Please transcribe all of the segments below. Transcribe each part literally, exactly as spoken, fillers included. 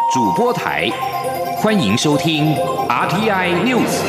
主播台，欢迎收听 R T I News。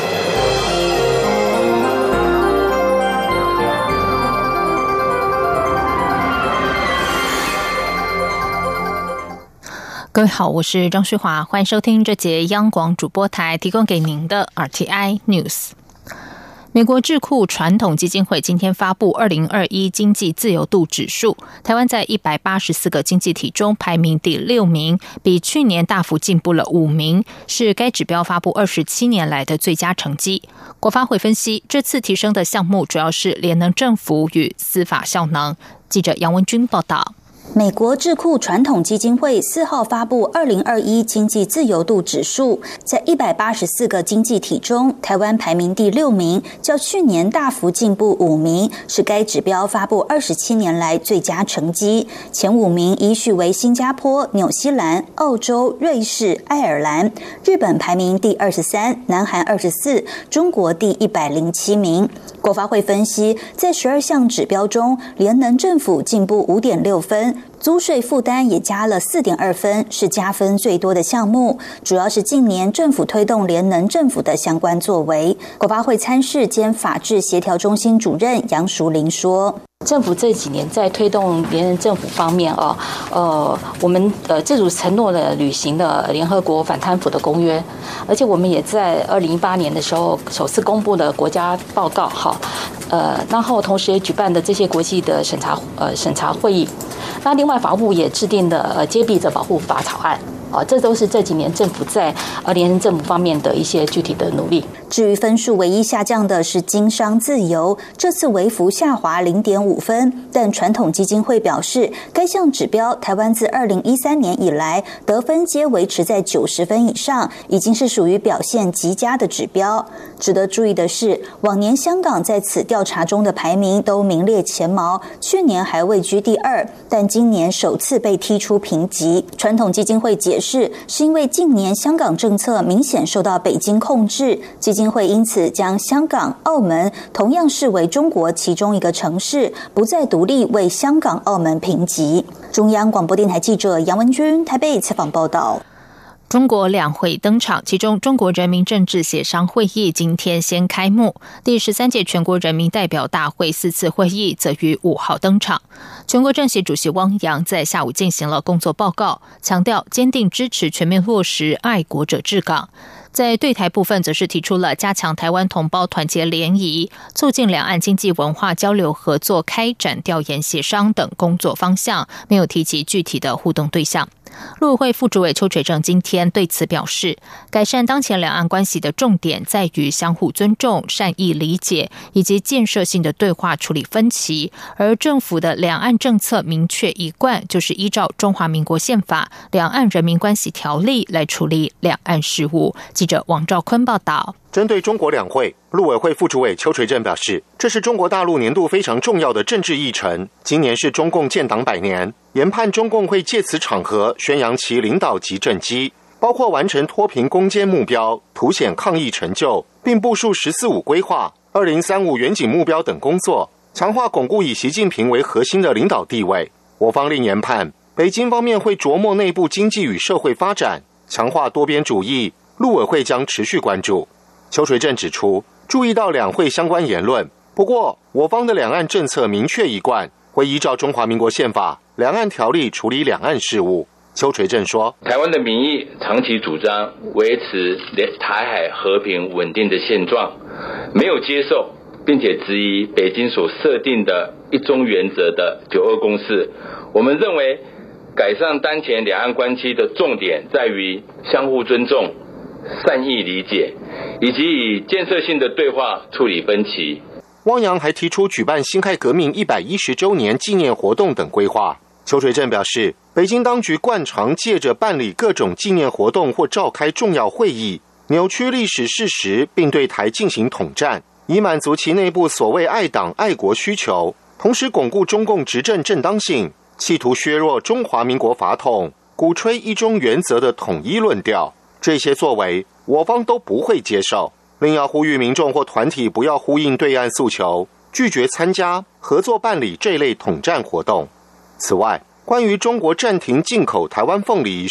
各位好，我是张旭华，欢迎收听这节央广主播台提供给您的 R T I News。美国智库传统基金会今天发布二零二一经济自由度指数，台湾在一百八十四个经济体中排名第六名，比去年大幅进步了五名，是该指标发布二十七年来的最佳成绩。国发会分析，这次提升的项目主要是联能政府与司法效能。记者杨文君报道。 美国智库传统基金会四号发布二零二一经济自由度指数，在一百八十四个经济体中，台湾排名第六名，较去年大幅进步五名，是该指标发布二十七年来最佳成绩。前五名依序为新加坡、纽西兰、澳洲、瑞士、爱尔兰，日本排名第二十三，南韩二十四，中国第一百零七名。国发会分析，在十二项指标中，联能政府进步五点六分，租税负担也加了 四点二分，是加分最多的项目，主要是近年政府推动联能政府的相关作为。国发会参事兼法制协调中心主任杨淑玲说， 政府这几年在推动联能政府方面啊，呃，我们呃自主承诺了履行了联合国反贪腐的公约，而且我们也在二零一八年的时候首次公布了国家报告哈，呃，然后同时也举办的这些国际的审查呃审查会议。那另外，法务部也制定了呃揭弊者保护法草案。哦，这都是这几年政府在呃联能政府方面的一些具体的努力。 至于分数唯一下降的是经商自由，这次微幅下滑 零点五分，但传统基金会表示，该项指标台湾自二零一三年以来得分皆维持在九十分以上，已经是属于表现极佳的指标。值得注意的是，往年香港在此调查中的排名都名列前茅，去年还位居第二，但今年首次被踢出评级。传统基金会解释，是因为近年香港政策明显受到北京控制，基金会因此将香港、澳门同样视为中国其中一个城市，不再独立为香港、澳门评级。中央广播电台记者杨文君台北采访报道。 中国两会登场，其中中国人民政治协商会议今天先开幕，第十三届全国人民代表大会四次会议则于五号登场。全国政协主席汪洋在下午进行了工作报告，强调坚定支持全面落实爱国者治港。在对台部分则是提出了加强台湾同胞团结联谊、促进两岸经济文化交流合作、开展调研协商等工作方向，没有提及具体的互动对象。陆委会副主委邱垂正今天对此表示，改善当前两岸关系的重点在于相互尊重、善意理解以及建设性的对话处理分歧，而政府的两岸政策明确一贯，就是依照中华民国宪法、两岸人民关系条例来处理两岸事务。记者王兆坤报道。 针对中国两会，陆委会副主委邱垂正表示，这是中国大陆年度非常重要的政治议程。今年是中共建党百年，研判中共会借此场合宣扬其领导及政绩，包括完成脱贫攻坚目标、凸显抗疫成就，并部署十四五规划、二零三五远景目标等工作，强化巩固以习近平为核心的领导地位。我方另研判，北京方面会琢磨内部经济与社会发展，强化多边主义，陆委会将持续关注。邱垂正指出，注意到两会相关言论，不过我方的两岸政策明确一贯，会依照中华民国宪法、两岸条例处理两岸事务。邱垂正说， 台湾的民意长期主张维持台海和平稳定的现状，没有接受并且质疑北京所设定的一中原则的九二共识。我们认为，改善当前两岸关系的重点在于相互尊重、善意理解，以及以建设性的对话处理分歧。 汪洋还提出举办辛亥革命一百一十周年纪念活动等规划。邱垂正表示，北京当局惯常借着办理各种纪念活动或召开重要会议，扭曲历史事实，并对台进行统战，以满足其内部所谓爱党爱国需求，同时巩固中共执政正当性，企图削弱中华民国法统，鼓吹一中原则的统一论调。这些作为，我方都不会接受。另要呼吁民众或团体不要呼应对岸诉求，拒绝参加、合作办理这类统战活动。此外，关于中国暂停进口台湾凤梨一事，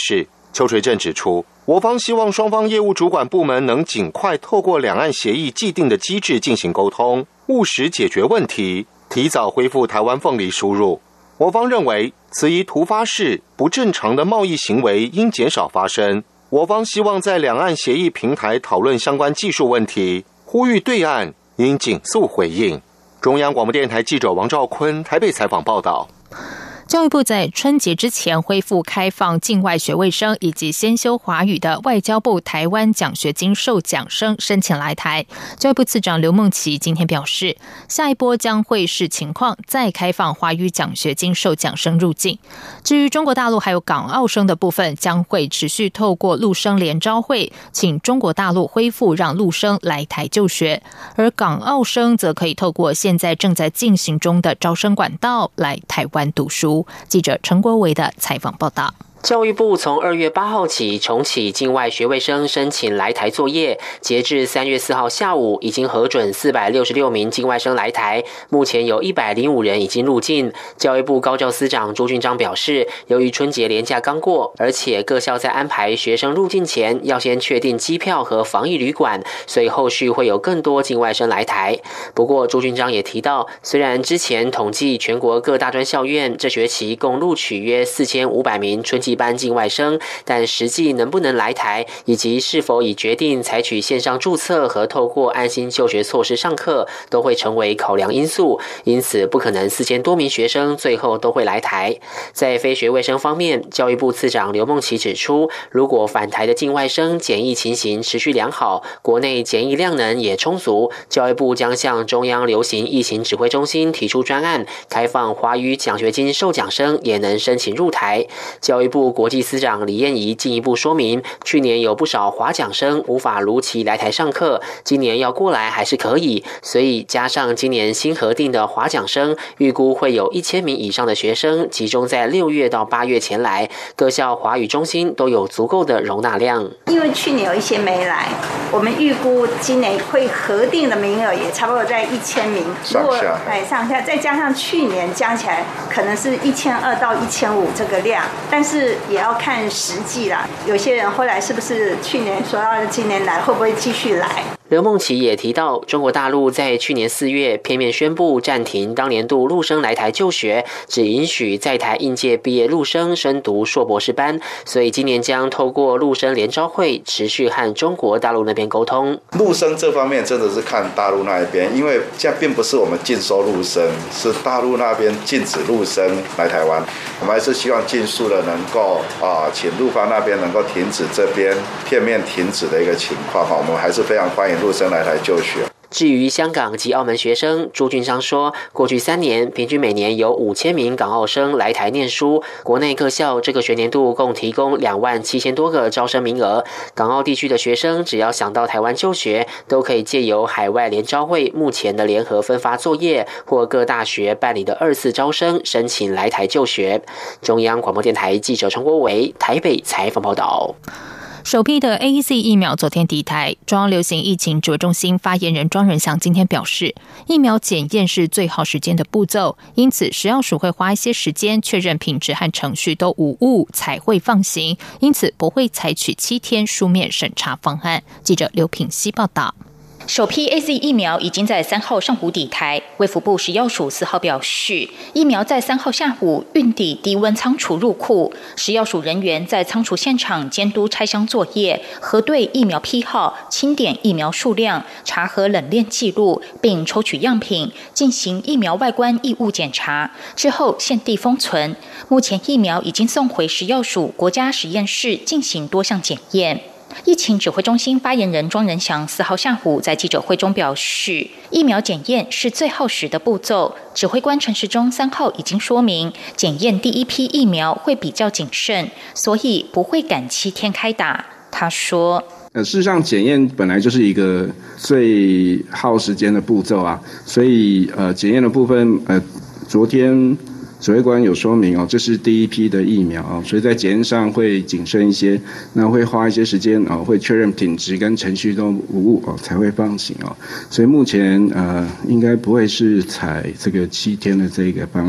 邱垂正指出，我方希望双方业务主管部门能尽快透过两岸协议既定的机制进行沟通，务实解决问题，提早恢复台湾凤梨输入。我方认为，此一突发事，不正常的贸易行为应减少发生。我方希望在两岸协议平台讨论相关技术问题，呼吁对岸应紧速回应。中央广播电台记者王兆坤台北采访报道。 教育部在春节之前恢复开放境外学位生以及先修华语的外交部台湾奖学金受奖生申请来台。教育部次长刘梦琪今天表示，下一波将会视情况再开放华语奖学金受奖生入境。至于中国大陆还有港澳生的部分，将会持续透过陆生联招会，请中国大陆恢复让陆生来台就学，而港澳生则可以透过现在正在进行中的招生管道来台湾读书。记者陈国维的采访报道。 教育部从二月八号起重启境外学位生申请来台作业，截至三月四号下午，已经核准四百六十六名境外生来台，目前有一百零五人已经入境。教育部高教司长朱俊章表示，由于春节连假刚过，而且各校在安排学生入境前要先确定机票和防疫旅馆，所以后续会有更多境外生来台。不过朱俊章也提到，虽然之前统计全国各大专校院这学期共录取约四千五百名春季一般境外生，但实际能不能来台，以及是否已决定采取线上注册和透过安心就学措施上课，都会成为考量因素，因此不可能四千多名学生最后都会来台。在非学位生方面，教育部次长刘梦琪指出，如果返台的境外生检疫情形持续良好，国内检疫量能也充足，教育部将向中央流行疫情指挥中心提出专案，开放华语奖学金受奖生也能申请入台。教育部国际司长李燕仪进一步说明，去年有不少华奖生无法如期来台上课，今年要过来还是可以，所以加上今年新核定的华奖生，预估会有一千名以上的学生集中在六月到八月前来，各校华语中心都有足够的容纳量。 因为去年有一些没来，我们预估今年会核定的名额也差不多在一千名上下，哎上下，再加上去年加起来可能是一千二到一千五这个量，但是也要看实际啦，有些人后来是不是去年说要今年来，会不会继续来？ 刘梦琪也提到，中国大陆在去年四月片面宣布暂停当年度陆生来台就学，只允许在台应届毕业陆生升读硕博士班，所以今年将透过陆生联招会持续和中国大陆那边沟通。 陆生这方面真的是看大陆那一边，因为现在并不是我们禁收陆生，是大陆那边禁止陆生来台湾。我们还是希望尽速的能够啊，请陆方那边能够停止这边片面停止的一个情况哈，我们还是非常欢迎陆生来台就学。 至于香港及澳门学生，朱俊章说，过去三年平均每年有五千名港澳生来台念书，国内各校这个学年度共提供两万七千多个招生名额。港澳地区的学生只要想到台湾就学，都可以借由海外联招会目前的联合分发作业，或各大学办理的二次招生申请来台就学。中央广播电台记者陈国维台北采访报道。 首批的 A Z 疫苗昨天抵台，中央流行疫情指挥中心发言人庄仁祥今天表示，疫苗检验是最耗时间的步骤，因此食药署会花一些时间确认品质和程序都无误才会放行，因此不会采取七天书面审查方案。记者刘品希报道。 首批 A Z 疫苗已经在三号上午抵台，卫福部食药署四号表示，疫苗在三号下午运抵低温仓储入库，食药署人员在仓储现场监督拆箱作业，核对疫苗批号，清点疫苗数量，查核冷链记录，并抽取样品，进行疫苗外观异物检查，之后现地封存。目前疫苗已经送回食药署国家实验室进行多项检验。疫情指挥中心发言人庄仁祥四号下午在记者会中表示，疫苗检验是最耗时的步骤。指挥官陈时中三号已经说明，检验第一批疫苗会比较谨慎，所以不会赶七天开打。他说：“ 呃，事实上，检验本来就是一个最耗时间的步骤啊，所以呃，检验的部分，呃，昨天。”指挥官有说明哦，这是第一批的疫苗哦，所以在检验上会谨慎一些，那会花一些时间哦，会确认品质跟程序都无误哦，才会放行哦。所以目前呃，应该不会是采这个七天的这个方案哦。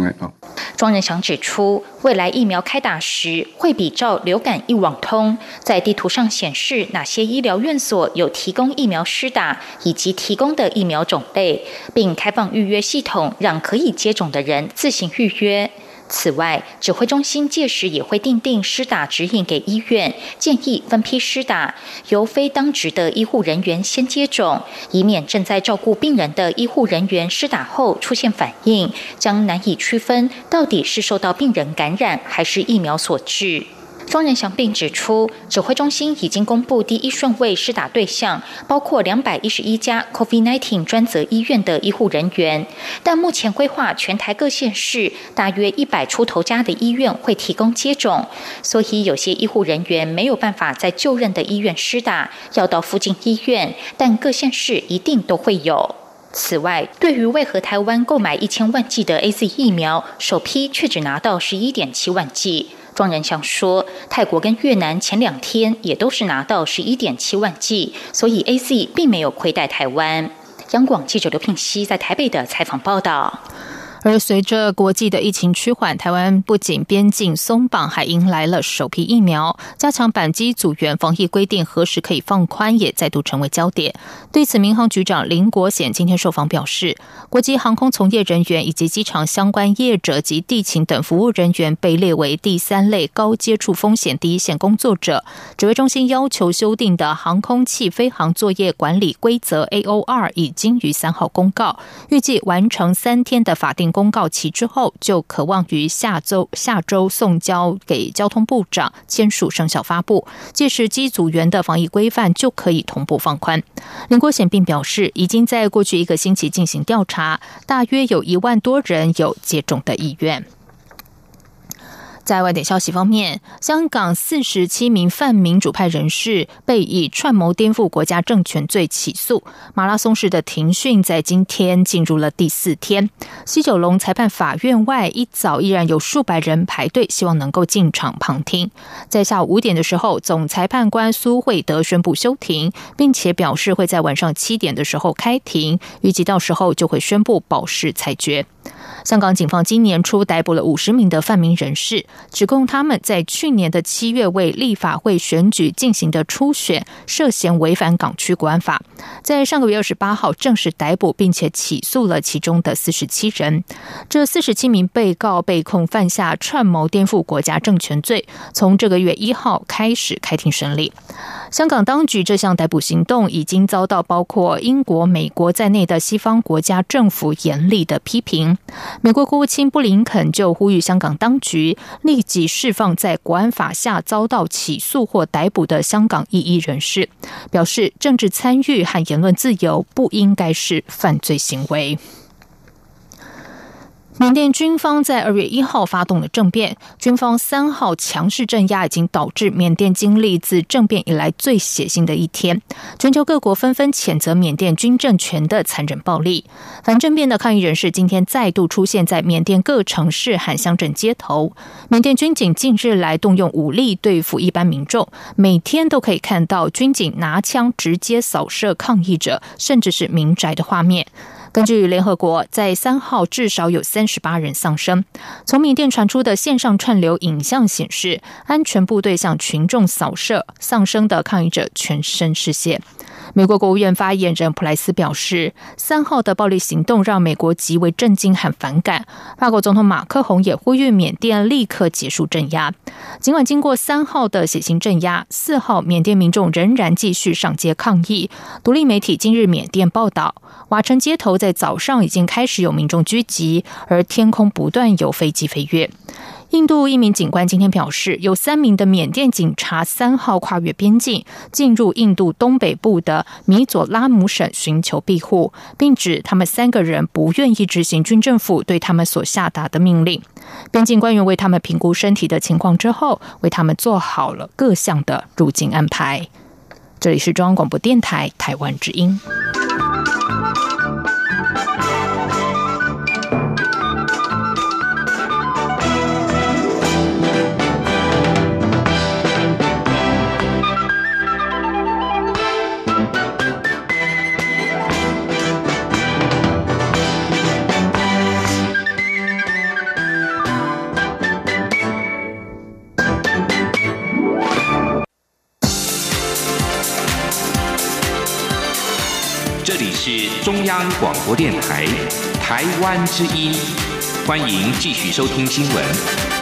庄仁祥指出，未来疫苗开打时会比照流感一网通，在地图上显示哪些医疗院所有提供疫苗施打，以及提供的疫苗种类，并开放预约系统，让可以接种的人自行预约。此外，指挥中心届时也会订定施打指引给医院，建议分批施打，由非当值的医护人员先接种，以免正在照顾病人的医护人员施打后出现反应，将难以区分到底是受到病人感染还是疫苗所致。庄仁祥并指出，指挥中心已经公布第一顺位施打对象，包括两百一十一家 COVID 十九 专责医院的医护人员，但目前规划全台各县市大约一百出头家的医院会提供接种，所以有些医护人员没有办法在就任的医院施打，要到附近医院，但各县市一定都会有。此外，对于为何台湾购买一千万剂的 A Z 疫苗，首批却只拿到十一点七万剂。庄仁祥说，泰国跟越南前两天也都是拿到十一点七万剂，所以 A Z 并没有亏待台湾。央广记者刘聘熙在台北的采访报道。 而随着国际的疫情趋缓，台湾不仅边境松绑，还迎来了首批疫苗。加强板机组员防疫规定何时可以放宽，也再度成为焦点。对此，民航局长林国显今天受访表示，国际航空从业人员以及机场相关业者及地勤等服务人员被列为第三类高接触风险第一线工作者。指挥中心要求修订的航空器飞航作业管理规则 A O R 已经于三号公告，预计完成三天的法定公告期之后，就可望于下周下周送交给交通部长签署生效发布，届时机组员的防疫规范就可以同步放宽。林国显并表示，已经在过去一个星期进行调查，大约有一万多人有接种的意愿。在外电消息方面，香港四十七名泛民主派人士被以串谋颠覆国家政权罪起诉。马拉松式的庭讯在今天进入了第四天。西九龙裁判法院外一早依然有数百人排队，希望能够进场旁听。在下午五点的时候，总裁判官苏慧德宣布休庭，并且表示会在晚上七点的时候开庭，预计到时候就会宣布保释裁决。香港警方今年初逮捕了五十名的泛民人士，指控他们在去年的七月为立法会选举进行的初选涉嫌违反港区国安法。在上个月二十八号正式逮捕并且起诉了其中的四十七人。这四十七名被告被控犯下串谋颠覆国家政权罪，从这个月一号开始开庭审理。香港当局这项逮捕行动已经遭到包括英国、美国在内的西方国家政府严厉的批评。美国国务卿布林肯就呼吁香港当局立即释放在国安法下遭到起诉或逮捕的香港异议人士，表示政治参与和言论自由不应该是犯罪行为。缅甸军方在二月一号发动了政变，军方三号强势镇压已经导致缅甸经历自政变以来最血腥的一天。全球各国纷纷谴责缅甸军政权的残忍暴力。反政变的抗议人士今天再度出现在缅甸各城市和乡镇街头。缅甸军警近日来动用武力对付一般民众，每天都可以看到军警拿枪直接扫射抗议者，甚至是民宅的画面。根据联合国，在三号至少有三十八人丧生。从缅甸传出的线上串流影像显示，安全部队向群众扫射，丧生的抗议者全身是血。美国国务院发言人普莱斯表示，三号的暴力行动让美国极为震惊和反感。法国总统马克宏也呼吁缅甸立刻结束镇压。尽管经过三号的血腥镇压，四号缅甸民众仍然继续上街抗议。独立媒体今日缅甸报道，瓦城街头在早上已经开始有民众聚集，而天空不断有飞机飞越。印度一名警官今天表示，有三名的缅甸警察三号跨越边境，进入印度东北部的米佐拉姆省寻求庇护，并指他们三个人不愿意执行军政府对他们所下达的命令。边境官员为他们评估身体的情况之后，为他们做好了各项的入境安排。这里是中央广播电台台湾之音。 里是中央广播电台台湾之音，欢迎继续收听新闻。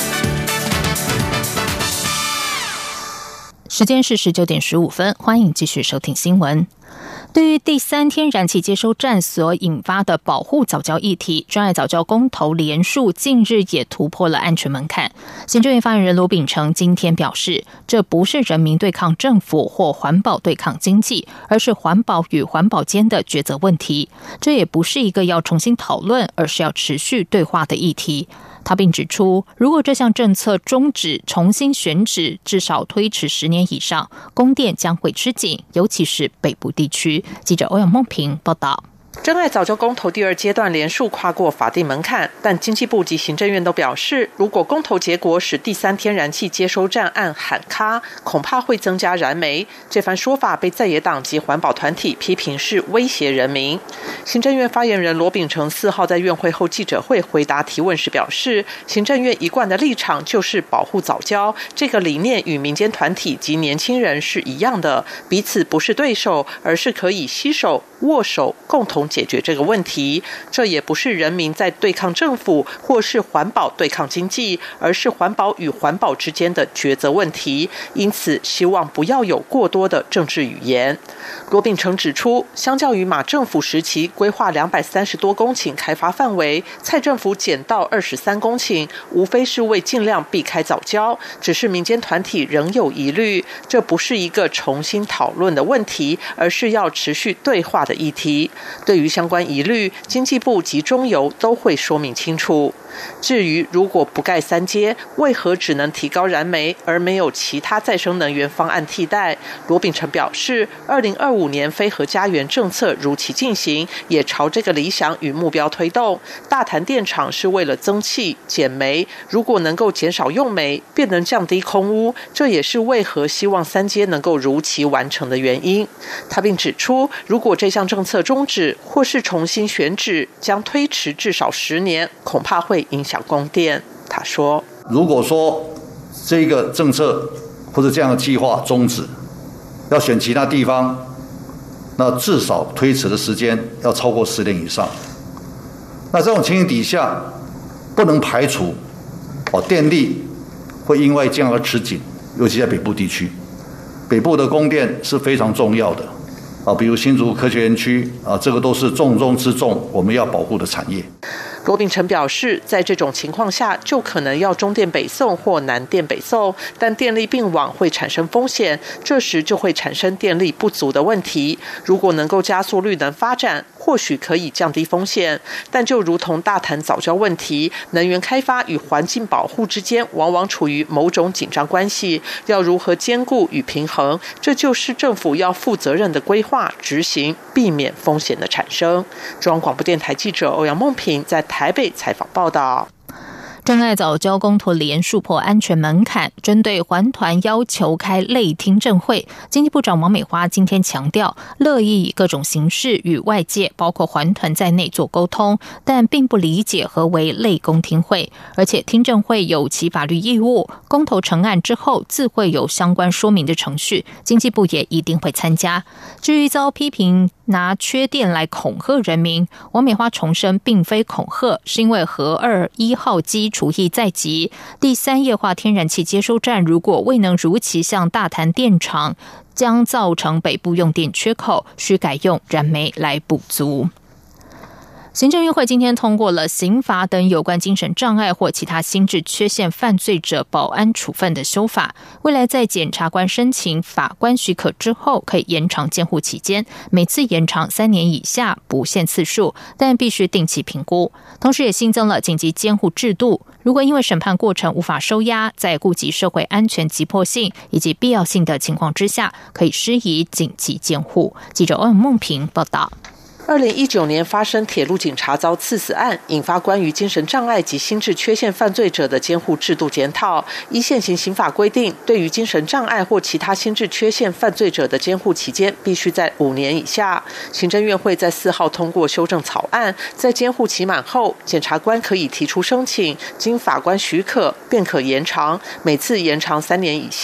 时间是十九点十五分，欢迎继续收听新闻。对于第三天燃气接收站所引发的保护藻礁议题，专案藻礁公投连署近日也突破了安全门槛。行政院发言人罗秉成今天表示，这不是人民对抗政府或环保对抗经济，而是环保与环保间的抉择问题。这也不是一个要重新讨论，而是要持续对话的议题。他并指出，如果这项政策终止、重新选址，至少推迟十年以上，供电将会吃紧，尤其是北部地区。记者欧阳梦平报道。 真爱藻礁公投第二阶段连数跨过法定门槛，但经济部及行政院都表示，如果公投结果使第三天然气接收站案喊卡，恐怕会增加燃煤。这番说法被在野党及环保团体批评是威胁人民。行政院发言人罗秉成四号在院会后记者会回答提问时表示，行政院一贯的立场就是保护藻礁，这个理念与民间团体及年轻人是一样的，彼此不是对手，而是可以携手握手共同解决这个问题。这也不是人民在对抗政府或是环保对抗经济，而是环保与环保之间的抉择问题，因此希望不要有过多的政治语言。罗秉成指出，相较于马政府时期规划两百三十多公顷开发范围，蔡政府减到二十三公顷，无非是为尽量避开藻礁，只是民间团体仍有疑虑，这不是一个重新讨论的问题，而是要持续对话的议题。对于相关疑虑，经济部及中油都会说明清楚。至于如果不盖三阶，为何只能提高燃煤而没有其他再生能源方案替代？罗秉成表示，二零二五年非核家园政策如期进行，也朝这个理想与目标推动。大潭电厂是为了增气减煤，如果能够减少用煤，便能降低空污，这也是为何希望三阶能够如期完成的原因。他并指出，如果这项政策终止或是重新选址，将推迟至少十年，恐怕会影响供电。他说， 如果说这个政策或者这样的计划终止，要选其他地方，那至少推迟的时间要超过十年以上。那这种情形底下，不能排除哦电力会因为这样而吃紧，尤其在北部地区，北部的供电是非常重要的啊，比如新竹科学园区啊，这个都是重中之重，我们要保护的产业。 罗秉成表示，在这种情况下，就可能要中电北送或南电北送，但电力并网会产生风险，这时就会产生电力不足的问题。如果能够加速绿能发展，或许可以降低风险，但就如同大潭藻礁问题，能源开发与环境保护之间往往处于某种紧张关系，要如何兼顾与平衡，这就是政府要负责任的规划执行，避免风险的产生。中央广播电台记者欧阳梦平在台北采访报道。 真爱藻礁公投连数破安全门槛，针对环团要求开类听证会，经济部长王美花今天强调，乐意以各种形式与外界包括环团在内做沟通，但并不理解何为类公听会，而且听证会有其法律义务，公投成案之后自会有相关说明的程序，经济部也一定会参加。至于遭批评拿缺电来恐吓人民，王美花重申并非恐吓，是因为核二一号机除役在即，第三液化天然气接收站如果未能如期向大潭电厂，将造成北部用电缺口，需改用燃煤来补足。行政院会今天通过了刑法等有关精神障碍或其他心智缺陷犯罪者保安处分的修法，未来在检察官申请法官许可之后，可以延长监护期间，每次延长三年以下，不限次数，但必须定期评估。同时也新增了紧急监护制度，如果因为审判过程无法收押，在顾及社会安全急迫性以及必要性的情况之下，可以施以紧急监护。记者欧阳梦平报道。 二零一九年发生铁路警察遭刺死案，引发关于精神障碍及心智缺陷犯罪者的监护制度检讨。依现行刑法规定，对于精神障碍或其他心智缺陷犯罪者的监护期间必须在五年以下。行政院会在四号通过修正草案，在监护期满后，检察官可以提出申请，经法官许可便可延长，每次延长三年以下。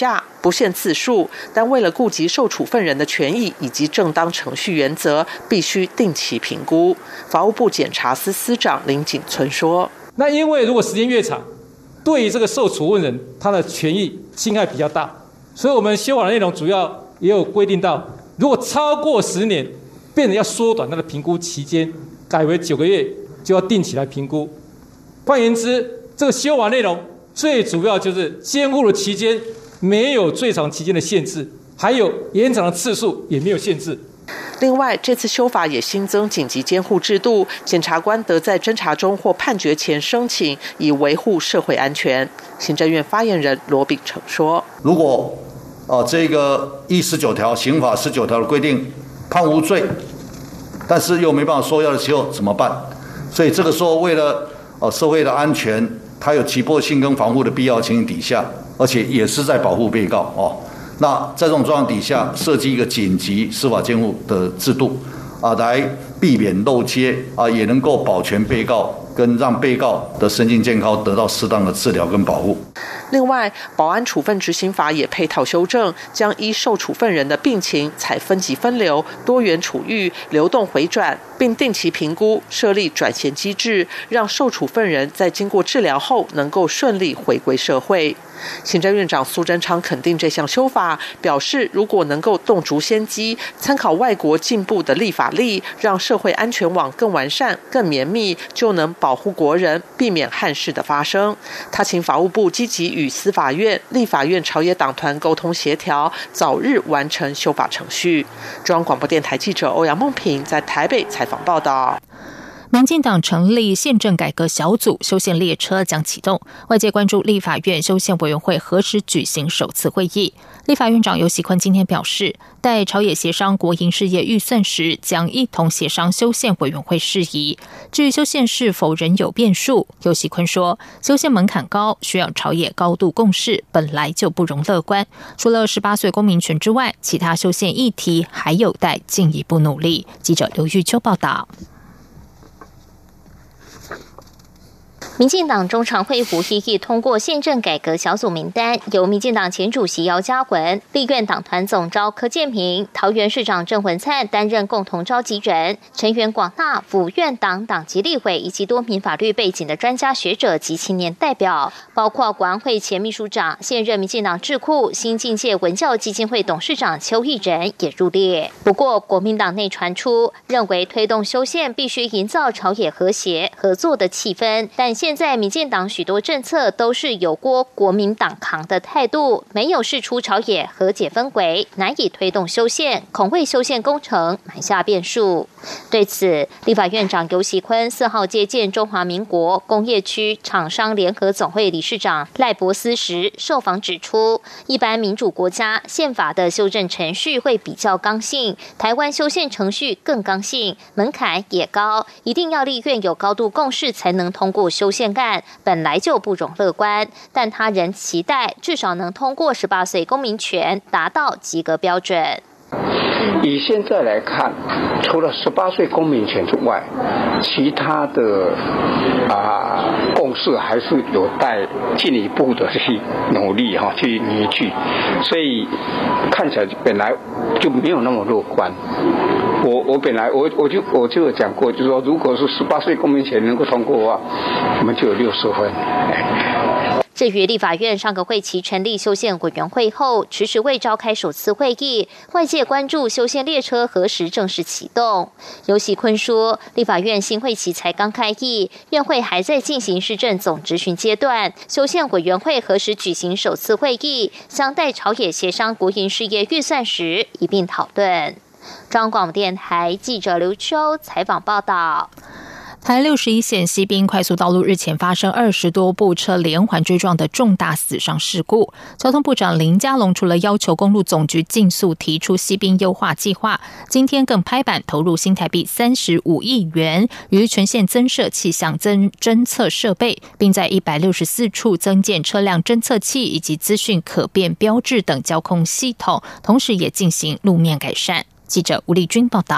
不限次数，但为了顾及受处分人的权益以及正当程序原则，必须定期评估。法务部检察司司长林景存说：“ 那因为如果时间越长，对于这个受处分人他的权益侵害比较大，所以我们修法的内容主要也有规定到，如果超过十年，变成要缩短他的评估期间，改为九个月就要定期来评估。换言之，这个修法内容最主要就是监护的期间没有最长期间的限制，还有延长的次数也没有限制。” 另外，这次修法也新增紧急监护制度，检察官得在侦查中或判决前申请，以维护社会安全。行政院发言人罗秉成说：“ 如果啊、呃、这个一十九条刑法十九条的规定判无罪，但是又没办法收押的时候怎么办？所以这个时候为了呃社会的安全，它有急迫性跟防护的必要情形底下，而且也是在保护被告哦。”那在这种状况底下，设计一个紧急司法监护的制度，啊，来避免漏接，啊，也能够保全被告，跟让被告的身心健康得到适当的治疗跟保护。 另外，保安处分执行法也配套修正，将依受处分人的病情采分级分流、多元处遇、流动回转，并定期评估，设立转衔机制，让受处分人在经过治疗后能够顺利回归社会。行政院长苏贞昌肯定这项修法，表示如果能够洞烛先机，参考外国进步的立法力，让社会安全网更完善、更绵密，就能保护国人，避免憾事的发生。他请法务部积极与司法院、立法院朝野党团沟通协调，早日完成修法程序。中央广播电台记者欧阳梦平在台北采访报道。 民进党成立宪政改革小组，修宪列车将启动。外界关注立法院修宪委员会何时举行首次会议。立法院长游锡堃今天表示，待朝野协商国营事业预算时，将一同协商修宪委员会事宜。至于修宪是否仍有变数，游锡堃说，修宪门槛高，需要朝野高度共识，本来就不容乐观。除了十八岁公民权之外，其他修宪议题还有待进一步努力。记者刘玉秋报道。 民进党中常会无异议通过宪政改革小组名单，由民进党前主席姚嘉文、立院党团总召柯建铭、桃园市长郑文灿担任共同召集人，成员广纳府院党党籍立委以及多名法律背景的专家学者及青年代表，包括国安会前秘书长、现任民进党智库新境界文教基金会董事长邱义仁也入列。不过，国民党内传出认为推动修宪必须营造朝野和谐合作的气氛，但现在民进党许多政策都是有过国民党扛的态度，没有释出朝野和解氛围，难以推动修宪，恐为修宪工程埋下变数。对此，立法院长游锡堃四号接见中华民国工业区厂商联合总会理事长赖伯斯时，受访指出，一般民主国家宪法的修正程序会比较刚性，台湾修宪程序更刚性，门槛也高，一定要立院有高度共识才能通过修宪案，本来就不容乐观，但他仍期待至少能通过十八岁公民权，达到及格标准。 以现在来看，除了十八岁公民权之外，其他的啊、呃、共识还是有待进一步的去努力哈，去凝聚。所以看起来本来就没有那么乐观。我我本来我我就我就有讲过，就是说，如果是十八岁公民权能够通过的话，我们就有六十分。 至于立法院上个会期成立修宪委员会后，迟迟未召开首次会议，外界关注修宪列车何时正式启动。游锡堃说，立法院新会期才刚开议，院会还在进行市政总质询阶段，修宪委员会何时举行首次会议，将待朝野协商国营事业预算时一并讨论。中央广播电台记者刘秋采访报道。 台六十一线西滨快速道路日前发生二十多部车连环追撞的重大死伤事故。交通部长林佳龙除了要求公路总局尽速提出西滨优化计划，今天更拍板投入新台币三十五亿元，于全线增设气象侦侦测设备，并在一百六十四处增建车辆侦测器以及资讯可变标志等交控系统，同时也进行路面改善。记者吴丽君报道。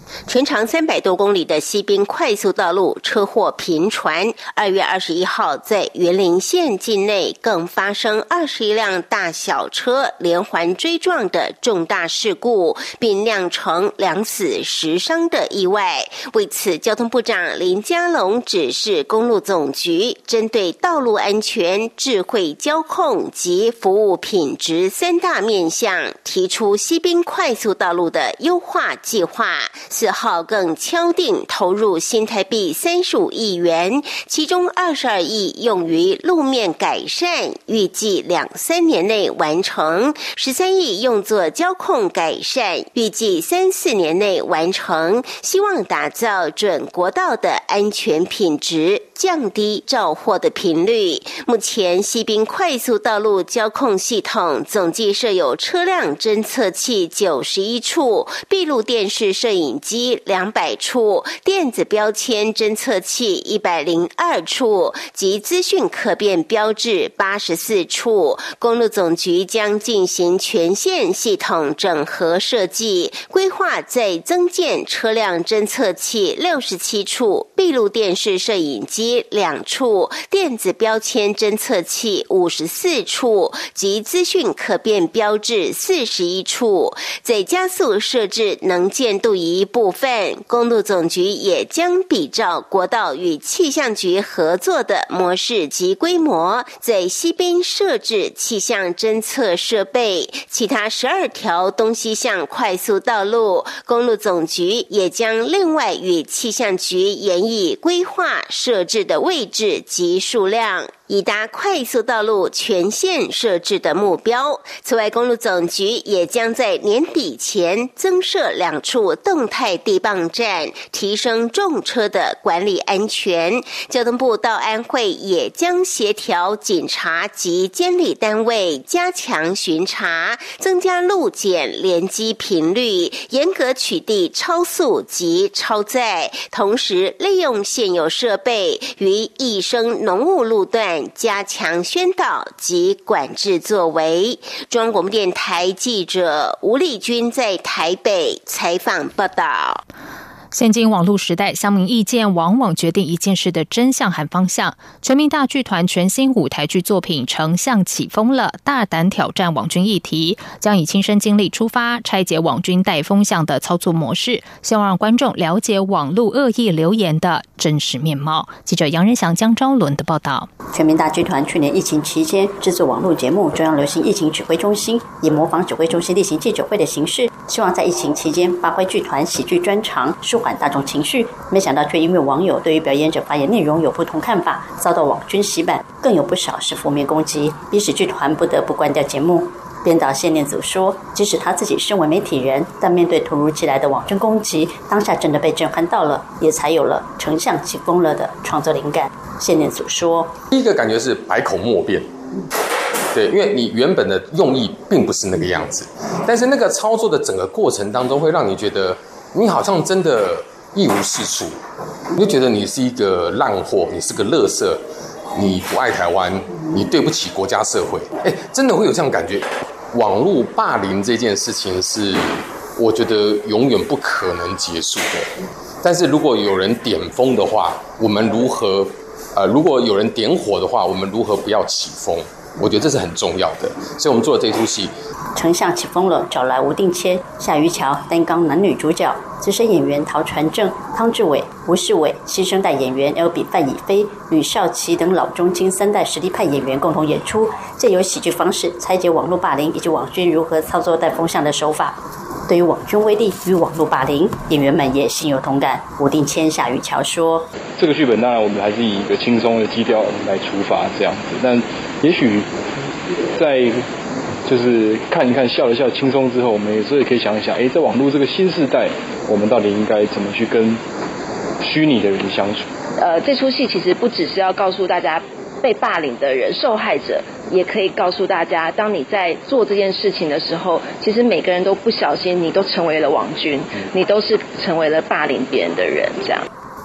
全长三百多公里的西滨快速道路车祸频传。二月二十一号，在云林县境内更发生二十一辆大小车连环追撞的重大事故，并酿成两死十伤的意外。为此，交通部长林佳龙指示公路总局针对道路安全、智慧交控及服务品质三大面向，提出西滨快速道路的优化计划。四号更敲定投入新台币三十五亿元，其中二十二亿用于路面改善，预计两三年内完成；十三亿用作交控改善，预计三四年内完成。希望打造准国道的安全品质，降低肇祸的频率。目前西滨快速道路交控系统总计设有车辆侦测器九十一处，闭路电视摄影机两百处，电子标签侦测器一百零二处及资讯可变标志八十四处。公路总局将进行全线系统整合设计，规划再增建车辆侦测器六十七处，闭路电视摄影机两处，电子标签侦测器五十四处及资讯可变标志四十一处。在加速设置能见度仪部分，公路总局也将比照国道与气象局合作的模式及规模，在西滨设置气象侦测设备。其他十二条东西向快速道路，公路总局也将另外与气象局研议规划设置的位置及数量，以达快速道路全线设置的目标。此外，公路总局也将在年底前增设两处动态地磅站，提升重车的管理安全。交通部道安会也将协调警察及监理单位加强巡查，增加路检联机频率，严格取缔超速及超载，同时利用现有设备于易生浓雾路段加强宣导及管制作为。中央广播电台记者吴丽君在台北采访报道。 现今网络时代，乡民意见往往决定一件事的真相和方向。全民大剧团全新舞台剧作品《丞相起风了》，大胆挑战网军议题，将以亲身经历出发，拆解网军带风向的操作模式，希望让观众了解网络恶意留言的真实面貌。记者杨仁祥、江昭伦的报道。 全民大剧团去年疫情期间制作网络节目，中央流行疫情指挥中心以模仿指挥中心例行记者会的形式，希望在疫情期间发挥剧团喜剧专长，舒缓大众情绪。没想到却因为网友对于表演者发言内容有不同看法，遭到网军洗版，更有不少是负面攻击，逼使剧团不得不关掉节目。编导谢念祖说，即使他自己身为媒体人，但面对突如其来的网军攻击，当下真的被震撼到了，也才有了《丞相起风了》的创作灵感。谢念祖说， 第一个感觉是百口莫辩，对，因为你原本的用意并不是那个样子，但是那个操作的整个过程当中，会让你觉得你好像真的一无是处，你就觉得你是一个烂货，你是个垃圾，你不爱台湾，你对不起国家社会，哎，真的会有这样感觉。网络霸凌这件事情是，我觉得永远不可能结束的。但是如果有人点风的话，我们如何？呃，如果有人点火的话，我们如何不要起风？我觉得这是很重要的，所以我们做了这出戏。 丞相起风了，找来吴定谦、夏于乔担纲男女主角，资深演员陶传正、汤志伟、吴世伟，新生代演员 L B 范以飞、吕少奇等老中青三代实力派演员共同演出，借由喜剧方式拆解网络霸凌以及网军如何操作带风向的手法。对于网军威力与网络霸凌，演员们也心有同感。吴定谦、夏于乔说：“ 这个剧本当然我们还是以一个轻松的基调来出发，这样子，但也许在就是看一看、笑一笑、轻松之后，我们有时候也可以想一想，哎，在网络这个新世代，我们到底应该怎么去跟虚拟的人相处？” 呃，这出戏其实不只是要告诉大家被霸凌的人、受害者，也可以告诉大家，当你在做这件事情的时候，其实每个人都不小心，你都成为了网军，你都是成为了霸凌别人的人，这样。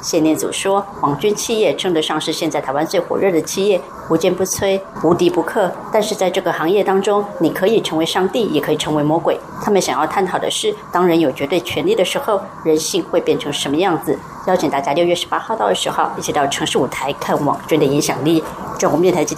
谢念祖说，网军企业称得上是现在台湾最火热的企业，无坚不摧，无敌不克。但是在这个行业当中，你可以成为上帝，也可以成为魔鬼。他们想要探讨的是，当人有绝对权力的时候，人性会变成什么样子。邀请大家六月十八号到二十号一起到城市舞台看网军的影响力。中国电台记